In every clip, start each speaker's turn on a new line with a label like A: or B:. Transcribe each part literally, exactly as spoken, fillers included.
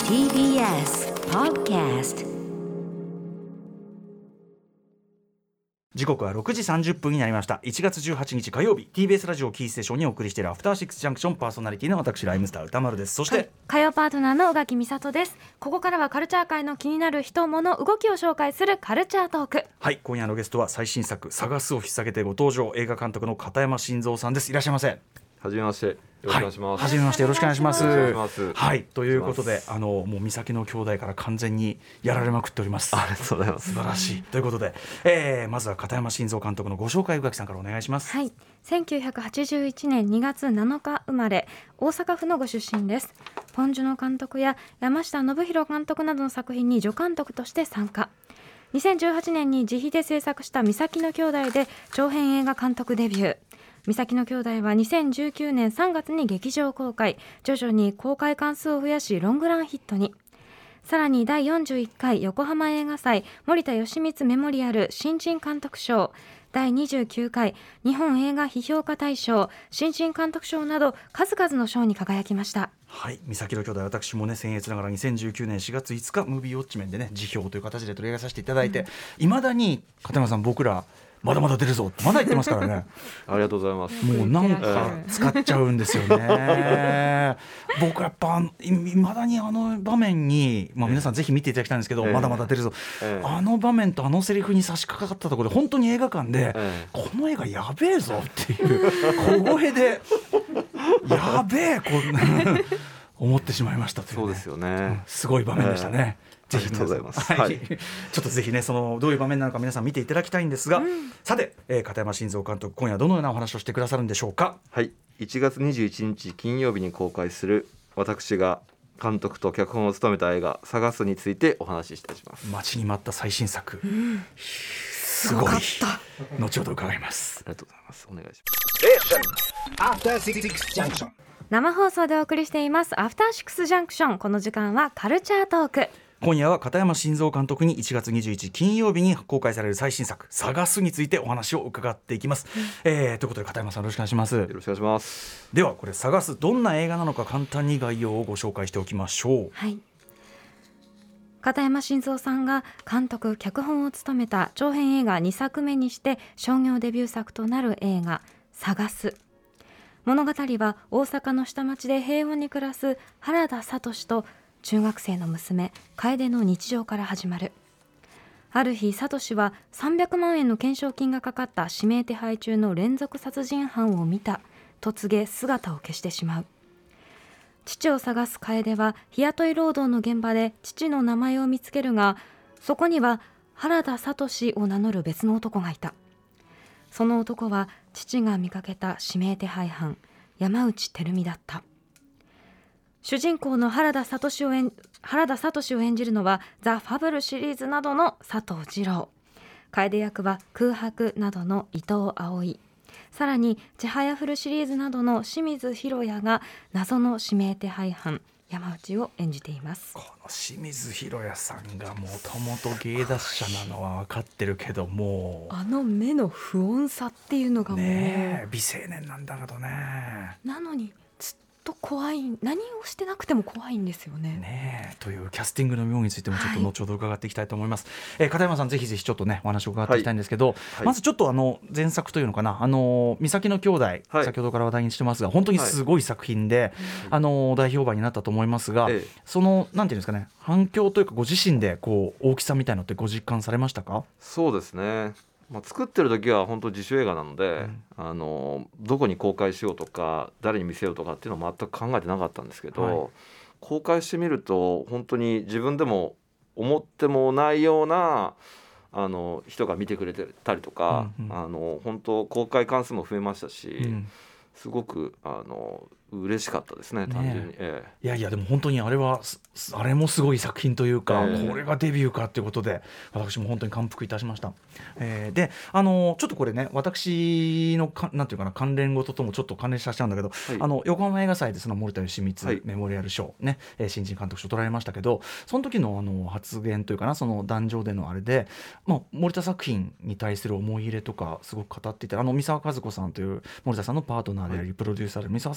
A: ティービーエス Podcast。
B: 時刻はろくじさんじゅっぷんになりました。いちがつじゅうはちにち火曜日、 ティービーエス ラジオキーステーションにお送りしているアフターシックスジャンクション、パーソナリティの私ライムスター歌丸です。そして、
C: はい、火曜パートナーの宇垣美里です。ここからはカルチャー界の気になる人物動きを紹介するカルチャートーク。
B: はい、今夜のゲストは最新作探すを引っ提げてご登場、映画監督の片山晋三さんです。いらっしゃいませ。
D: はじめまして、よろしくお願いします。
B: はい、はじめまして、よろしくお願いします。
D: お願いします。
B: はい、ということで、あのもう三崎の兄弟から完全にやられまくっております。
D: ありがとうございます。
B: 素晴らしい。ということで、えー、まずは片山晋三監督のご紹介、宇垣さんからお願いします。
C: はい、せんきゅうひゃくはちじゅういちねんにがつなのか生まれ、大阪府のご出身です。ポン・ジュノ監督や山下信弘監督などの作品に助監督として参加。にせんじゅうはちねんに自費で制作した三崎の兄弟で長編映画監督デビュー。三崎の兄弟はにせんじゅうきゅうねんさんがつに劇場公開、徐々に公開関数を増やしロングランヒットに。さらにだいよんじゅういっかい横浜映画祭森田義満メモリアル新人監督賞、だいにじゅうきゅうかい日本映画批評家大賞新人監督賞など数々の賞に輝きました。
B: はい、三崎の兄弟、私もね僭越ながらにせんじゅうきゅうねんしがついつかムービーウォッチメンでね辞表という形で取り上げさせていただいて、いま、うん、だに片山さん、僕らまだまだ出るぞってまだ言ってますからね
D: ありがとうございます。
B: もうなんか使っちゃうんですよね僕やっぱいまだにあの場面に、まあ、皆さんぜひ見ていただきたいんですけど、えー、まだまだ出るぞ、えー、あの場面とあのセリフに差し掛かったところで本当に映画館で、えー、この映画やべえぞっていう小声でやべえこんな思ってしまいましたという、ね、
D: そうですよね、
B: すごい場面でしたね、えー、ぜひ
D: ありがとうございます、
B: はいはい、ちょっとぜひねそのどういう場面なのか皆さん見ていただきたいんですが、うん、さて、えー、片山晋三監督、今夜どのようなお話をしてくださるんでしょうか。
D: はい、いちがつにじゅういちにち金曜日に公開する私が監督と脚本を務めた映画探すについてお話しいたします。
B: 待ちに待った最新作、うん、すごい、後ほど伺います。
D: ありがとうございます。お願いします。
C: 生放送でお送りしていますアフターシックスジャンクション。この時間はカルチャートーク。
B: 今夜は片山晋三監督にいちがつにじゅういちにち金曜日に公開される最新作探すについてお話を伺っていきます、うんえー、ということで片山さん、よろしくお願いします。
D: よろしくお願いします。
B: ではこれ探すどんな映画なのか簡単に概要をご紹介しておきましょう。
C: はい、片山晋三さんが監督脚本を務めた長編映画にさくめにして商業デビュー作となる映画探す。物語は大阪の下町で平穏に暮らす原田聡と中学生の娘楓の日常から始まる。ある日、聡はさんびゃくまんえんの懸賞金がかかった指名手配中の連続殺人犯を見たと告げ姿を消してしまう。父を探す楓は日雇い労働の現場で父の名前を見つけるが、そこには原田聡を名乗る別の男がいた。その男は父が見かけた指名手配犯山内照美だった。主人公の原田聡を演原田聡を演じるのはザ・ファブルシリーズなどの佐藤二朗、楓役は空白などの伊藤葵、さらにちはやふるシリーズなどの清水宏也が謎の指名手配犯山内を演じています。
B: この清水宏也さんがもともと芸達者なのは分かってるけども、
C: あの目の不穏さっていうのがもう、
B: ね、美青年なんだけどね、
C: なのにずっと怖い、何をしてなくても怖いんですよ ね,
B: ねというキャスティングの妙についてもちょっと後ほど伺っていきたいと思います、はいえー、片山さん、ぜひぜひちょっとねお話を伺っていきたいんですけど、はいはい、まずちょっとあの前作というのかな、あの三崎の兄弟、はい、先ほどから話題にしてますが本当にすごい作品で、はい、あの大評判になったと思いますが、ええ、そのなんていうんですかね、反響というかご自身でこう大きさみたいのってご実感されましたか。
D: そうですね、まあ、作ってる時は本当自主映画なので、うん、あのどこに公開しようとか誰に見せようとかっていうのは全く考えてなかったんですけど、はい、公開してみると本当に自分でも思ってもないようなあの人が見てくれてたりとか、うんうん、あの本当公開関数も増えましたし、うん、すごくあの嬉しかったですね、単純に、ねええ、
B: いやいやでも本当にあれはあれもすごい作品というか、ええ、これがデビューかということで私も本当に感服いたしました、えー、であのちょっとこれね私のかなんていうかな関連事ともちょっと関連しちゃうんだけど、はい、あの横浜映画祭でその森田義満メモリアル賞、ねはい、新人監督賞取られましたけど、その時 の, あの発言というかな、その壇上でのあれで、まあ、森田作品に対する思い入れとかすごく語っていて、あの三沢和子さんという森田さんのパートナーであり、はい、プロデューサーで三沢さんがすごく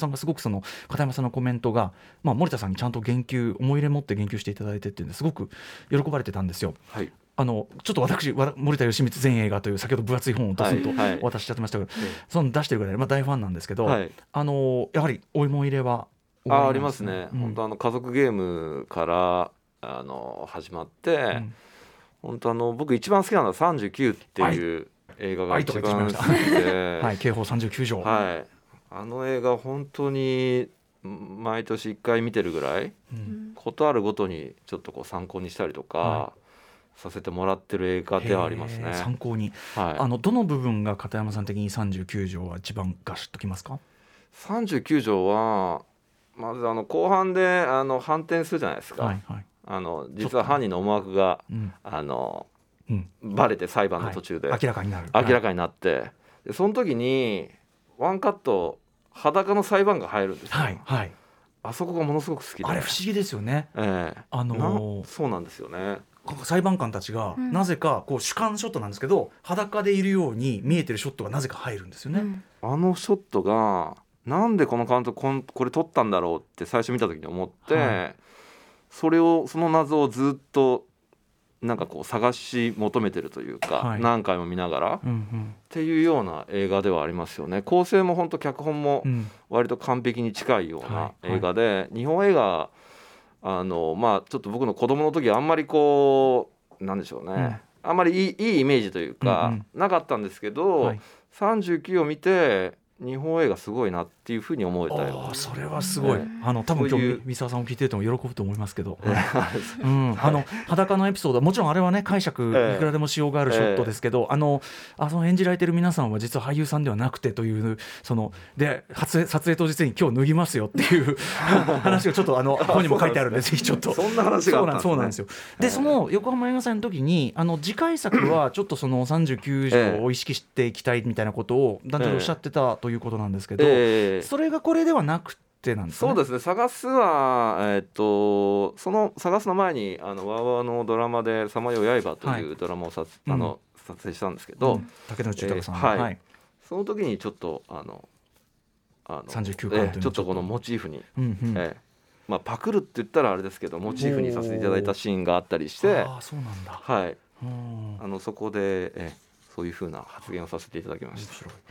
B: その片山さんのコメントが、まあ、森田さんにちゃんと言及思い入れ持って言及していただいてっていうんですごく喜ばれてたんですよ。
D: はい
B: あのちょっと私森田義満全映画という先ほど分厚い本を出すとお渡ししちゃってましたけど、はいはい、その出してるぐらい、まあ、大ファンなんですけど、はい、あのやはりお思い入れは
D: あありますね、うん、本当あの家族ゲームからあの始まって、うん、本当あの僕一番好きなのはさんじゅうきゅうっていう映画が一番好きで、
B: はい、刑法さんじゅうきゅう条、
D: はい、あの映画本当に毎年いっかい見てるぐらい、うん、ことあるごとにちょっとこう参考にしたりとか、はいさせてもらってる映画ではありますね。
B: 参考に、はい、あのどの部分が片山さん的にさんじゅうきゅう条は一番ガシッときますか？
D: さんじゅうきゅう条はまずあの後半であの反転するじゃないですか、はいはい、あの実は犯人の思惑が、うん、あのうん、バレて裁判の途中で、
B: はい、明らかになる
D: 明らかになって、はい、でその時にワンカット裸の裁判が入るんですよ、はいはい、あそこがものすごく好きで、
B: あれ不思議ですよね、
D: えーあのー、そうなんですよね。
B: 裁判官たちがなぜかこう主観ショットなんですけど、うん、裸でいるように見えてるショットがなぜか入るんですよね、うん、
D: あのショットがなんでこの監督こ, んこれ撮ったんだろうって最初見た時に思って、はい、それをその謎をずっとなんかこう探し求めてるというか、はい、何回も見ながら、うんうん、っていうような映画ではありますよね。構成も本当脚本も割と完璧に近いような映画で、はいはい、日本映画あのまあちょっと僕の子供の時はあんまりこうなんでしょうね、うん、あんまりいい、いいイメージというか、うんうん、なかったんですけど、はい、さんじゅうきゅうを見て日本映画すごいなっていうふうに思えたよ。
B: あそれはすごい、ね、あの多分今日三沢さんも聞いてると喜ぶと思いますけど、うん、あの裸のエピソードもちろんあれはね解釈いくらでもしようがあるショットですけど、えー、あのあその演じられてる皆さんは実は俳優さんではなくてというそので撮影当日に今日脱ぎますよっていう話がちょっとあの本にも書いてあるんでぜひちょっと
D: そんな話があったんですね。
B: そうなんですよ。でその横浜映画祭の時にあの次回作はちょっとそのさんじゅうきゅう条を意識していきたいみたいなことを団長がおっしゃってたということなんですけど、えー、それがこれではなくてなんですかね。
D: そうですね。探すは、えー、っとその探すの前にあのワーワーのドラマでさまよう刃というドラマをさ、はい、あの撮影したんですけど、うん、
B: 竹野内豊さん、
D: えーはいはい、その時にちょっとあの
B: あのさんじゅうきゅうかんというの
D: えー、ちょっとこのモチーフに、うんうんえーまあ、パクるって言ったらあれですけどモチーフにさせていただいたシーンがあったりして、
B: あそうなんだ、
D: はい、あのそこで、えーそういう風な発言をさせていただきました。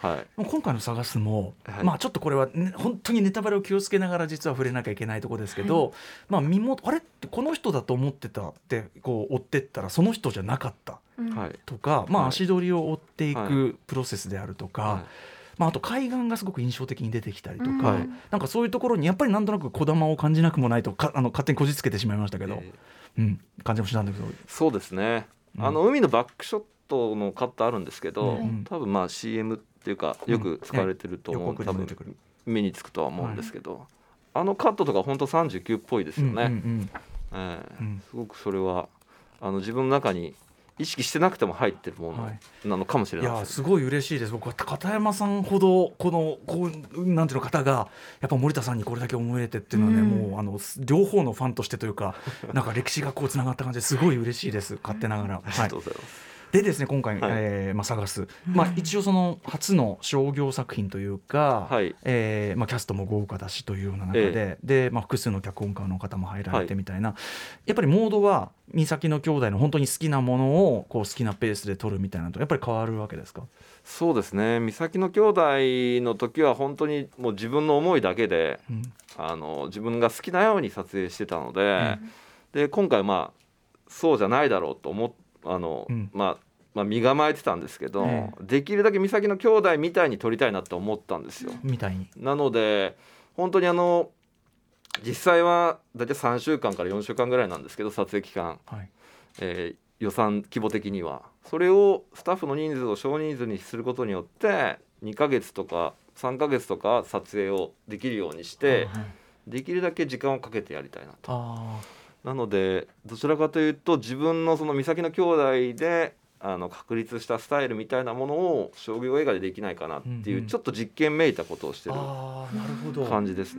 D: はい、
B: 今回の探すも、はいまあ、ちょっとこれは、ね、本当にネタバレを気をつけながら実は触れなきゃいけないところですけど、はいまあ、身元あれってこの人だと思ってたってこう追ってったらその人じゃなかったとか、うんまあ、足取りを追っていくプロセスであるとか、はいまあ、あと海岸がすごく印象的に出てきたりとか、うん、なんかそういうところにやっぱりなんとなくこだまを感じなくもないとかあの勝手にこじつけてしまいましたけど、えーうん、感じもしたんだけど。
D: そうですね、うん、あの海のバックショットのカットあるんですけど、うん、多分まあ シーエム っていうかよく使われてると思う、うん、多分目につくとは思うんですけど、はい、あのカットとか本当さんじゅうきゅうっぽいですよね、うんうんうんえーうん、すごくそれはあの自分の中に意識してなくても入ってるものなのかもしれないです、ねはい、
B: いやすごい嬉しいです。僕は片山さんほどこのこうなんていうの方がやっぱ森田さんにこれだけ思えてっていうのはね、うん、もうあの両方のファンとしてというかなんか歴史がこうつながった感じですごい嬉しいです勝手ながら、はい、
D: ありがとうございます。
B: でですね今回、はいえーまあ、探す、まあ、一応その初の商業作品というか、はいえーまあ、キャストも豪華だしというような中で、えーでまあ、複数の脚本家の方も入られてみたいな、はい、やっぱりモードは三崎の兄弟の本当に好きなものをこう好きなペースで撮るみたいなのとやっぱり変わるわけですか？
D: そうですね三崎の兄弟の時は本当にもう自分の思いだけで、うん、あの自分が好きなように撮影してたので、うん、で今回まあそうじゃないだろうと思ってあのうんまあまあ、身構えてたんですけど、ええ、できるだけ三崎の兄弟みたいに撮りたいなと思ったんですよ。
B: みたいに
D: なので本当にあの実際はだいたいさんしゅうかんからよんしゅうかんぐらいなんですけど撮影期間、はいえー、予算規模的にはそれをスタッフの人数を少人数にすることによってにかげつとかさんかげつとか撮影をできるようにして、はい、できるだけ時間をかけてやりたいなと。あなのでどちらかというと自分のその三崎の兄弟であの確立したスタイルみたいなものを商業映画でできないかなっていう、うんうん、ちょっと実験めいたことをしてる感じですね。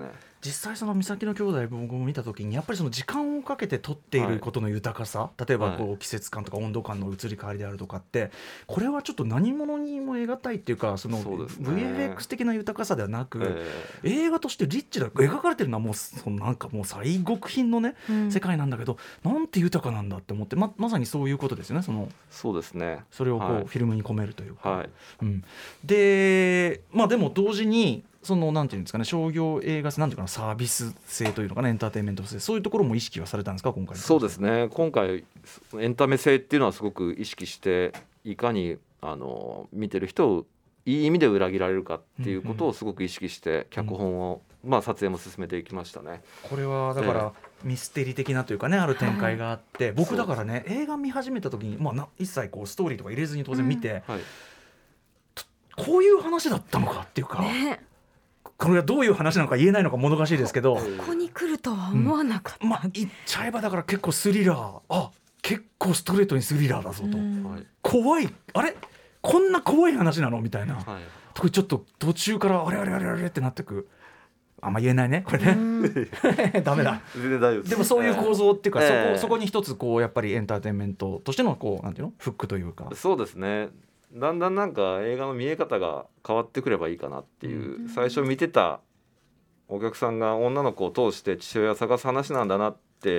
B: 実際その三崎の兄弟僕も見た時にやっぱりその時間をかけて撮っていることの豊かさ、はい、例えばこう季節感とか温度感の移り変わりであるとかってこれはちょっと何者にも得難いっていうかその ブイエフエックス 的な豊かさではなく、えー、映画としてリッチだ描かれてるのはもうそのなんかもう最極品のね、うん、世界なんだけどなんて豊かなんだって思って ま, まさにそういうことですよね。その
D: そうですね。
B: それをこう、
D: はい、
B: フィルムに込めるというか、
D: はい
B: うん、でまあでも同時にそのなんていうんですかね商業映画性なんていうかなサービス性というのかなエンターテインメント性そういうところも意識はされたんですか今回。
D: そうですね今回エンタメ性っていうのはすごく意識していかにあの見てる人をいい意味で裏切られるかっていうことをすごく意識して脚本を、うんまあ、撮影も進めていきましたね。
B: これはだからミステリー的なというかねある展開があって、はい、僕だからね映画見始めた時に、まあ、な一切こうストーリーとか入れずに当然見て、うんはい、こういう話だったのかっていうか、ねこれがどういう話なのか言えないのかもどかしいですけど
C: ここに来るとは思わなかった、
B: うん、まあ言っちゃえばだから結構スリラーあ結構ストレートにスリラーだぞと、うん、怖いあれこんな怖い話なのみたいな、はい、特にちょっと途中からあれあれあれあれってなってくあんま言えないねこれねダメだ
D: 全然大丈夫です。
B: でもそういう構造っていうか、
D: えー、
B: そこ、そこに一つこうやっぱりエンターテインメントとしてのこうなんていうのフックというか
D: そうですねだんだんなんか映画の見え方が変わってくればいいかなっていう、うん、最初見てたお客さんが女の子を通して父親を探す話なんだなって、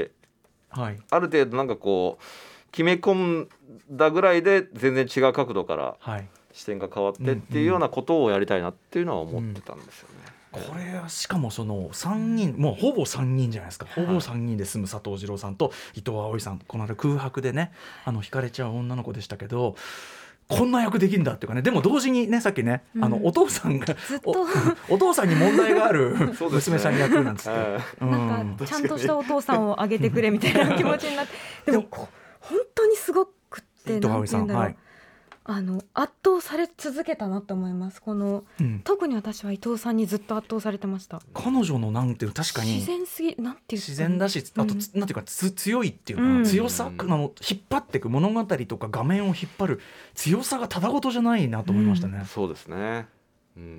D: はい、ある程度なんかこう決め込んだぐらいで全然違う角度から視点が変わってっていうようなことをやりたいなっていうのは思ってたんですよね、
B: うんうん、これはしかもそのさんにんもうほぼさんにんじゃないですか、はい、ほぼさんにんで住む佐藤二朗さんと伊藤葵さんこの間空白でねあの惹かれちゃう女の子でしたけどこんな役できるんだっていうかねでも同時にねさっきね、うん、あのお父さんが
C: ずっと
B: お, お父さんに問題がある娘さん役なんですけど、ね
C: うん、なんかちゃんとしたお父さんをあげてくれみたいな気持ちになってでも本当にすごくってなんて言うんだろう、はい、あの圧倒され続けたなと思いますこの、うん、特に私は伊藤さんにずっと圧倒されてました。
B: 彼女のなんていう確かに
C: 自然すぎなんていう
B: 自然だしあと、うん、なんていうかつ強いっていうか、うん、強さの引っ張っていく物語とか画面を引っ張る強さがただごとじゃないなと思いましたね、
D: うん、そうですね、うん
B: うん、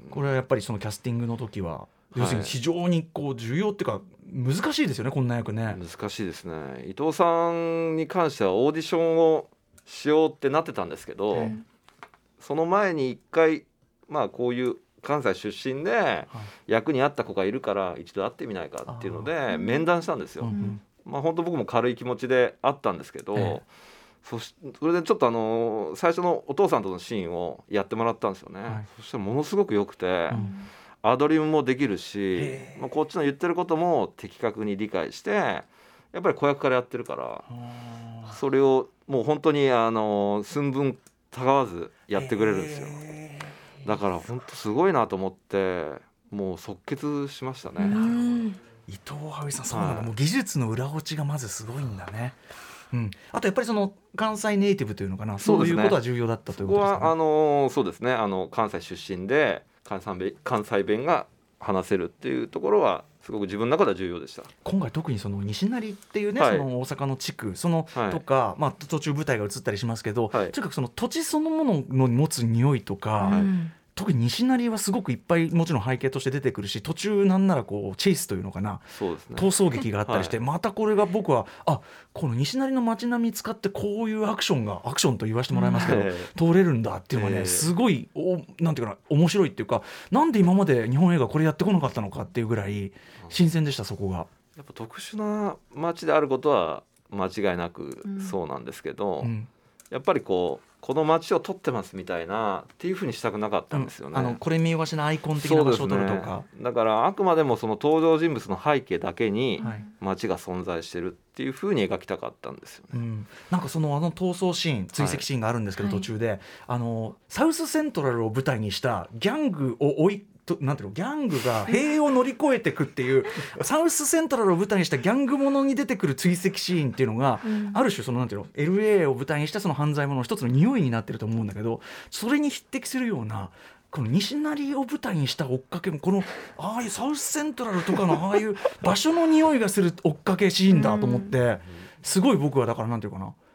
B: これはやっぱりそのキャスティングの時は要するに非常にこう重要っていうか難しいですよねこんな役ね。
D: 難しいですね。伊藤さんに関してはオーディションをしようってなってたんですけど、うん、その前に一回まあこういう関西出身で役に合った子がいるから一度会ってみないかっていうので面談したんですよ、うん、まあ本当僕も軽い気持ちで会ったんですけど、ええ、そ, しそれでちょっとあの最初のお父さんとのシーンをやってもらったんですよね、はい、そしたらものすごく良くて、うん、アドリブもできるし、まあ、こっちの言ってることも的確に理解してやっぱり子役からやってるからそれをもう本当にあの寸分たがわずやってくれるんですよ。だから本当すごいなと思ってもう即決しましたね。
B: 伊藤葵さんそうなんだ、はい、もう技術の裏落ちがまずすごいんだね、うん、あとやっぱりその関西ネイティブというのかなそうですね、そういうことは重要だったということですかね。
D: そこはあのそうですねあの関西出身で関西弁、関西弁が話せるっていうところはすごく自分の中では重要でした。
B: 今回特にその西成っていうね、はい、その大阪の地区その、はい、とか、まあ、途中舞台が映ったりしますけど、はい、とにかくその土地そのものの持つ匂いとか、はい、特に西成はすごくいっぱいもちろん背景として出てくるし途中なんならこうチェイスというのかな
D: そうですね、
B: 逃走劇があったりして、はい、またこれが僕はあこの西成の街並み使ってこういうアクションがアクションと言わせてもらいますけど、うん、通れるんだっていうのはね、えー、すごいおなんていうかな面白いっていうかなんで今まで日本映画これやってこなかったのかっていうぐらい新鮮でした。そこが
D: やっぱ特殊な街であることは間違いなくそうなんですけど、うん、やっぱりこうこの街を撮ってますみたいなっていう風にしたくなかったんですよね、
B: うん、あのこれ見よがしのアイコン的な場所を撮るとか、
D: ね、だからあくまでもその登場人物の背景だけに街が存在してるっていう風に描きたかったんですよね、うん、
B: なんかそのあの逃走シーン追跡シーンがあるんですけど、はい、途中であのサウスセントラルを舞台にしたギャングを追いとなんていうのギャングが塀を乗り越えていくっていうサウスセントラルを舞台にしたギャングものに出てくる追跡シーンっていうのが、うん、ある種そのなんていうの エルエー を舞台にしたその犯罪者の一つの匂いになってると思うんだけどそれに匹敵するようなこの西成を舞台にした追っかけもこのああいうサウスセントラルとかのああいう場所の匂いがする追っかけシーンだと思って、うん、すごい僕はだからなんていうかな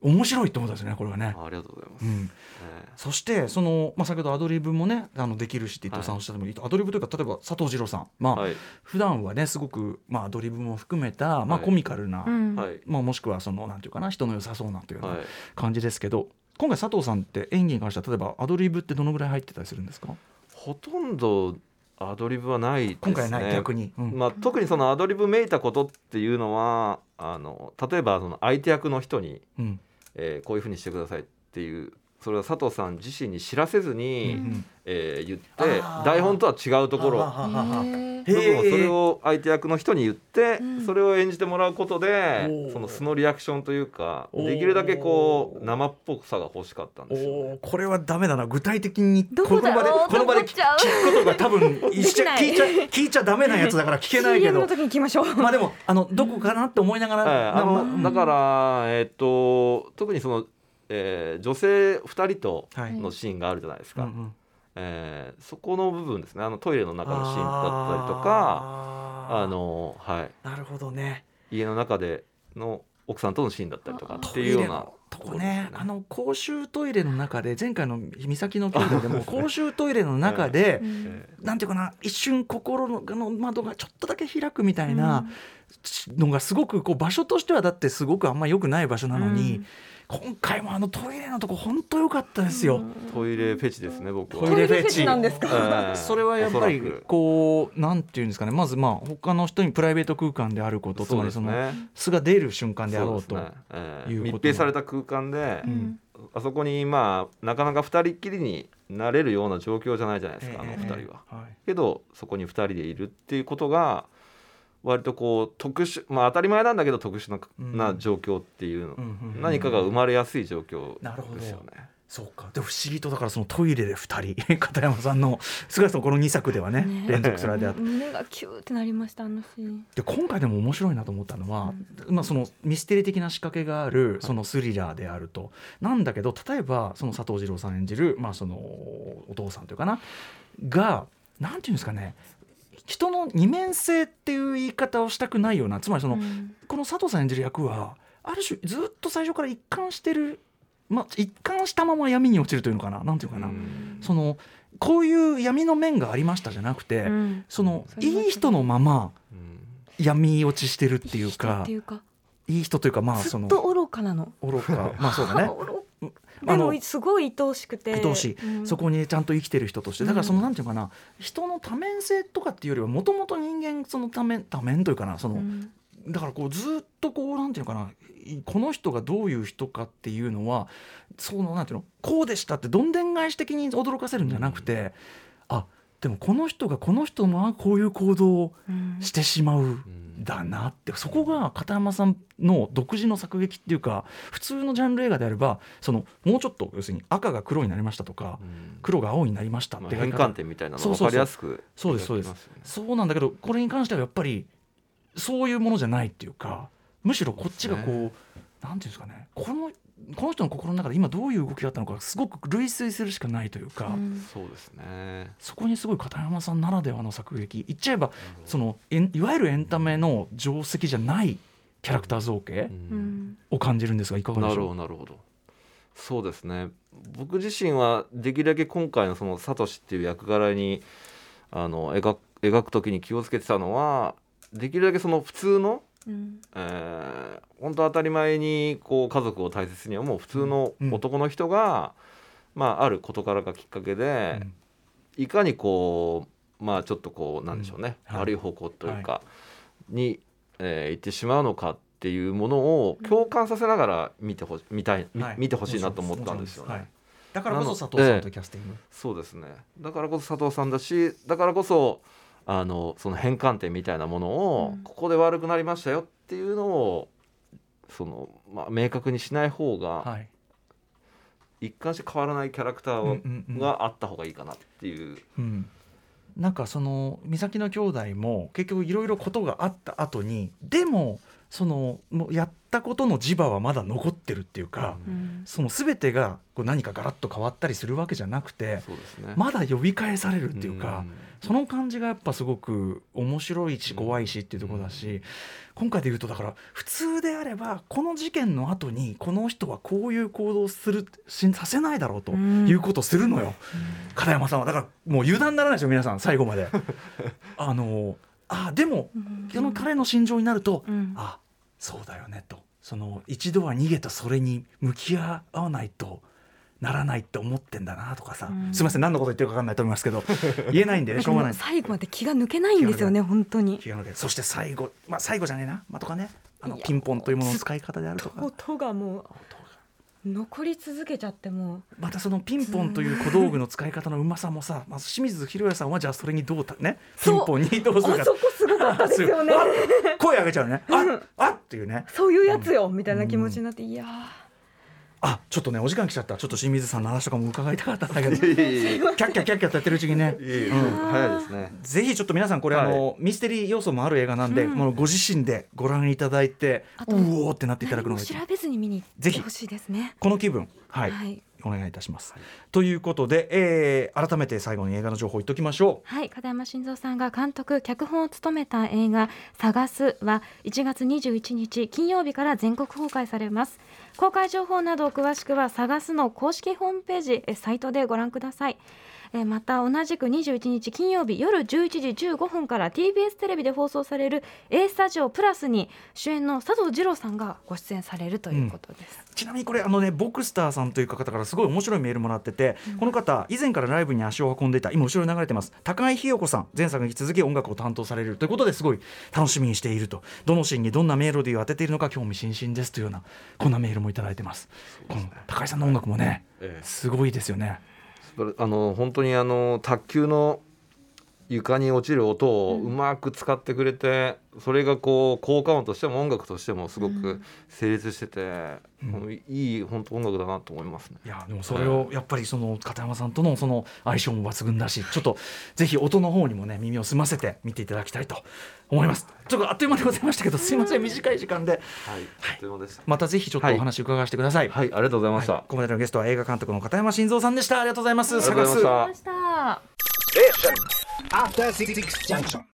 B: 面白いと思ったんですねこれはね。
D: ありがとうございます、
B: うん
D: えー
B: そしてその、まあ、先ほどアドリブもねあのできるしって伊藤さんおっしゃったように、アドリブというか例えば佐藤二朗さん、まあ
D: はい
B: 普段はねすごく、まあ、アドリブも含めた、まあ、
D: はい
B: コミカルな、
C: うん
D: はい
B: まあ、もしくはそのなんていうかな人の良さそうなというような
D: はい
B: 感じですけど、今回佐藤さんって演技に関しては例えばアドリブってどのぐらい入ってたりするんですか？
D: ほとんどアドリブはないですね。
B: 今回はない逆に、うん
D: まあ、特にそのアドリブめいたことっていうのはあの例えばその相手役の人に、
B: うん
D: えーこういうふうにしてくださいっていうそれは佐藤さん自身に知らせずに、
B: うん
D: えー言って
B: あー
D: 台本とは違うところ
B: はははは
C: へー
D: 部分をそれを相手役の人に言って、
C: うん
D: それを演じてもらうことで
B: おー
D: その素のリアクションというか
B: おー
D: できるだけこう生っぽさが欲しかったんですよね。
B: おーこれはダメだな具体的に
C: どこだろう
B: この場でこの場で聞
C: と思っちゃう
B: くことが多分
C: できない
B: 聞いちゃ聞いちゃダメなやつだから聞けないけ
C: シーエム
B: ど
C: の時に行きましょう。
B: まあでもあのどこかなって思いながら、
D: はいあ
B: まあ
D: のだから、えーっと特にその、えー女性ふたりと
B: はい
D: のシーンがあるじゃないですか、
B: うんうん
D: えーそこの部分ですねあのトイレの中のシーンだったりとか
B: あー
D: あの、はい、
B: なるほどね
D: 家の中での奥さんとのシーンだったりとかっていうような
B: とこ
D: ところです
B: ねあの公衆トイレの中で前回の岬の兄弟でも公衆トイレの中で、
C: うん
D: え
B: なんていうかな一瞬心のの窓がちょっとだけ開くみたいなのがすごくこう場所としてはだってすごくあんま良くない場所なのに、
C: うん
B: 今回もあのトイレのとこ本当良かったですよ。
D: ートイレフェチですね僕は。
B: トイレフェチ
C: トイレフェチなんですか？
D: えー
B: それはやっぱり
D: おそらく
B: こうなんていうんですかねまずまあ他の人にプライベート空間であることつ
D: そう
B: まりその
D: ですね
B: 素が出る瞬間であろうと
D: そうですねえー
B: いうこと
D: 密閉された空間で、
B: うん
D: あそこにまあなかなかふたりっきりになれるような状況じゃないじゃないですか、あの
B: ええ
D: ふたりは、
B: はい
D: けどそこにふたりでいるっていうことが割とこう特殊まあ当たり前なんだけど特殊な,、
B: うん
D: な状況っていうの、
B: うんうんうん
D: 何かが生まれやすい状況
B: なるほど
D: ですよね。
B: そうかで不思議とだからそのトイレでふたり片山さんの少なくともこのにさくではね
C: ね
B: 連続されてあって
C: 胸がキューってなりましたあのシーン。
B: で今回でも面白いなと思ったのは、まあ、そのミステリー的な仕掛けがあるそのスリラーであると、なんだけど例えばその佐藤二朗さん演じる、まあ、そのお父さんというかながなんていうんですかね人の二面性っていう言い方をしたくないようなつまりその、
C: うん
B: この佐藤さん演じる役はある種ずっと最初から一貫してる、まあ、一貫したまま闇に落ちるというのかななんていうかな、
D: うん
B: そのこういう闇の面がありましたじゃなくて、
C: うん
B: その
C: それはい
B: い人のまま
D: うん
B: 闇落ちしてるっていう
C: 人
B: か
C: っていうか
B: いい人というかまあ
C: ず
B: その
C: っと愚かなの。
B: 愚かまあそうだね
C: 愚
B: あの
C: でもすごい愛おしくて
B: 愛おしい、
C: うん
B: そこにちゃんと生きてる人としてだからそのなんていうかな人の多面性とかっていうよりはもともと人間その多面多面というかなその、
C: うん
B: だからこうずっとこうなんていうのかないこの人がどういう人かっていうのはそのなんていうのこうでしたってどんでん返し的に驚かせるんじゃなくて、あでもこの人がこの人のままこういう行動を
C: うん
B: してしまうんだなってそこが片山さんの独自の作劇っていうか普通のジャンル映画であればそのもうちょっと要するに赤が黒になりましたとか
D: うん
B: 黒が青になりましたっ
D: まあ、
B: て
D: 変換点みたいなの分
B: そうそうそう
D: かりやすく
B: そうですそうです
D: 描きますよね
B: そうなんだけどこれに関してはやっぱりそういうものじゃないっていうかむしろこっちがこう
D: そうで
B: なんていうんですかねこのこの人の心の中で今どういう動きがあったのかすごく類推するしかないというか、
C: うん
D: そうですね。
B: そこにすごい片山さんならではの作劇言っちゃえばそのえんいわゆるエンタメの定石じゃないキャラクター造形
D: う
C: うんん
B: を感じるんですがいかがで
D: なるほ
B: しょう。
D: どなるほど。そうですね。僕自身はできるだけ今回のそのサトシっていう役柄にあの描く描く時に気をつけてたのはできるだけその普通の、
C: うん
D: えー、本当当たり前にこう家族を大切に思う普通の男の人が、まあ、ある事柄がきっかけで、
B: うん
D: いかにこうまあちょっとこうなんでしょうね、
B: うんはい
D: 悪い方向というか、に、えー行ってしまうのかっていうものを共感させながら見てほし見たい、み
B: はい
D: 見てほしいなと思ったんですよね。
B: はいだからこそ佐藤さんとキャスティング、
D: そうですね。だからこそ佐藤さんだし、だからこそあのその変換点みたいなものを、
C: うん
D: ここで悪くなりましたよっていうのをその、まあ、明確にしない方が、
B: はい
D: 一貫して変わらないキャラクターを、
B: うんうんうん
D: があった方がいいかなっていう。
B: うん、なんかその岬の兄弟も結局いろいろことがあった後にでもそのもうやったことの磁場はまだ残ってるっていうか、
C: うん、
B: その全てがこう何かガラッと変わったりするわけじゃなくて、
D: そうですね、
B: まだ呼び返されるっていうか、
D: うん、
B: その感じがやっぱすごく面白いし怖いしっていうところだし、うん、今回で言うとだから普通であればこの事件の後にこの人はこういう行動をするしさせないだろうということをするのよ、うん、片山さんは。だからもう油断ならないですよ皆さん最後まであのあでも、うん、その彼の心情になると、うん、あそうだよねと、その一度は逃げたそれに向き合わないとならないって思ってんだなとかさ、うん、すいません何のこと言ってるか分かんないと思いますけど言えないんでねしょうがない。
C: 最後まで気が抜けないんですよね本当に。
B: 気が抜けそして最後、まあ、最後じゃねえな、まあ、とかねあのピンポンというものの使い方であるとか
C: 音がもう残り続けちゃっても
B: またそのピンポンという小道具の使い方のうまさもさ、まず清水宏也さんはじゃあそれにどうたねピンポンにどうするか、
C: あそこすごかったですよね
B: 声上げちゃうね、あっあっっていうね、
C: そういうやつよ、うん、みたいな気持ちになって、いや
B: あちょっとねお時間来ちゃった。ちょっと清水さんの話とかも伺いたかったんだけどキャッキャキャッキャとやってるうちにね、
D: うん、早いですね。
B: ぜひちょっと皆さんこれ、はい、あのミステリー要素もある映画なんで、うん、もうご自身でご覧いただいてうおーってなっていただくのが
C: 調べずに見に行ってほしいですね。
B: この気分、はいはい、お願いいたします、はい、ということで、えー、改めて最後に映画の情報言っておきましょう。
C: はい、片山晋三さんが監督脚本を務めた映画探すはいちがつにじゅういちにち金曜日から全国公開されます。公開情報など詳しくは探すの公式ホームページサイトでご覧ください。また同じくにじゅういちにち金曜日夜じゅういちじじゅうごふんから ティービーエス テレビで放送される A スタジオプラスに主演の佐藤二朗さんがご出演されるということです、
B: うん、ちなみにこれあのねボクスターさんという方からすごい面白いメールもらってて、うん、この方以前からライブに足を運んでいた今後ろに流れてます高井ひよ子さん、前作に引き続き音楽を担当されるということですごい楽しみにしていると、どのシーンにどんなメロディーを当てているのか興味津々ですというようなこんなメールもいただいてます。この高井さんの音楽もね、ええ、すごいですよね。
D: あの本当にあの卓球の床に落ちる音をうまく使ってくれて、うん、それがこう効果音としても音楽としてもすごく成立してて、うん、いい本当音楽だなと思いますね。
B: いやでもそれをやっぱりその片山さんとのその相性も抜群だし、ちょっとぜひ音の方にもね耳を澄ませて見ていただきたいと思います。ちょっとあっという間でございましたけどすいません短い時間で、はい、
D: あっという間でした。
B: またぜひちょっとお話伺わせてください。
D: はい、はい、ありがとうございました、はい、
B: ここまでのゲストは映画監督の片山晋三さんでした。ありがとうございます。
D: ありがとうございました。
C: 探す
A: After Six Junction.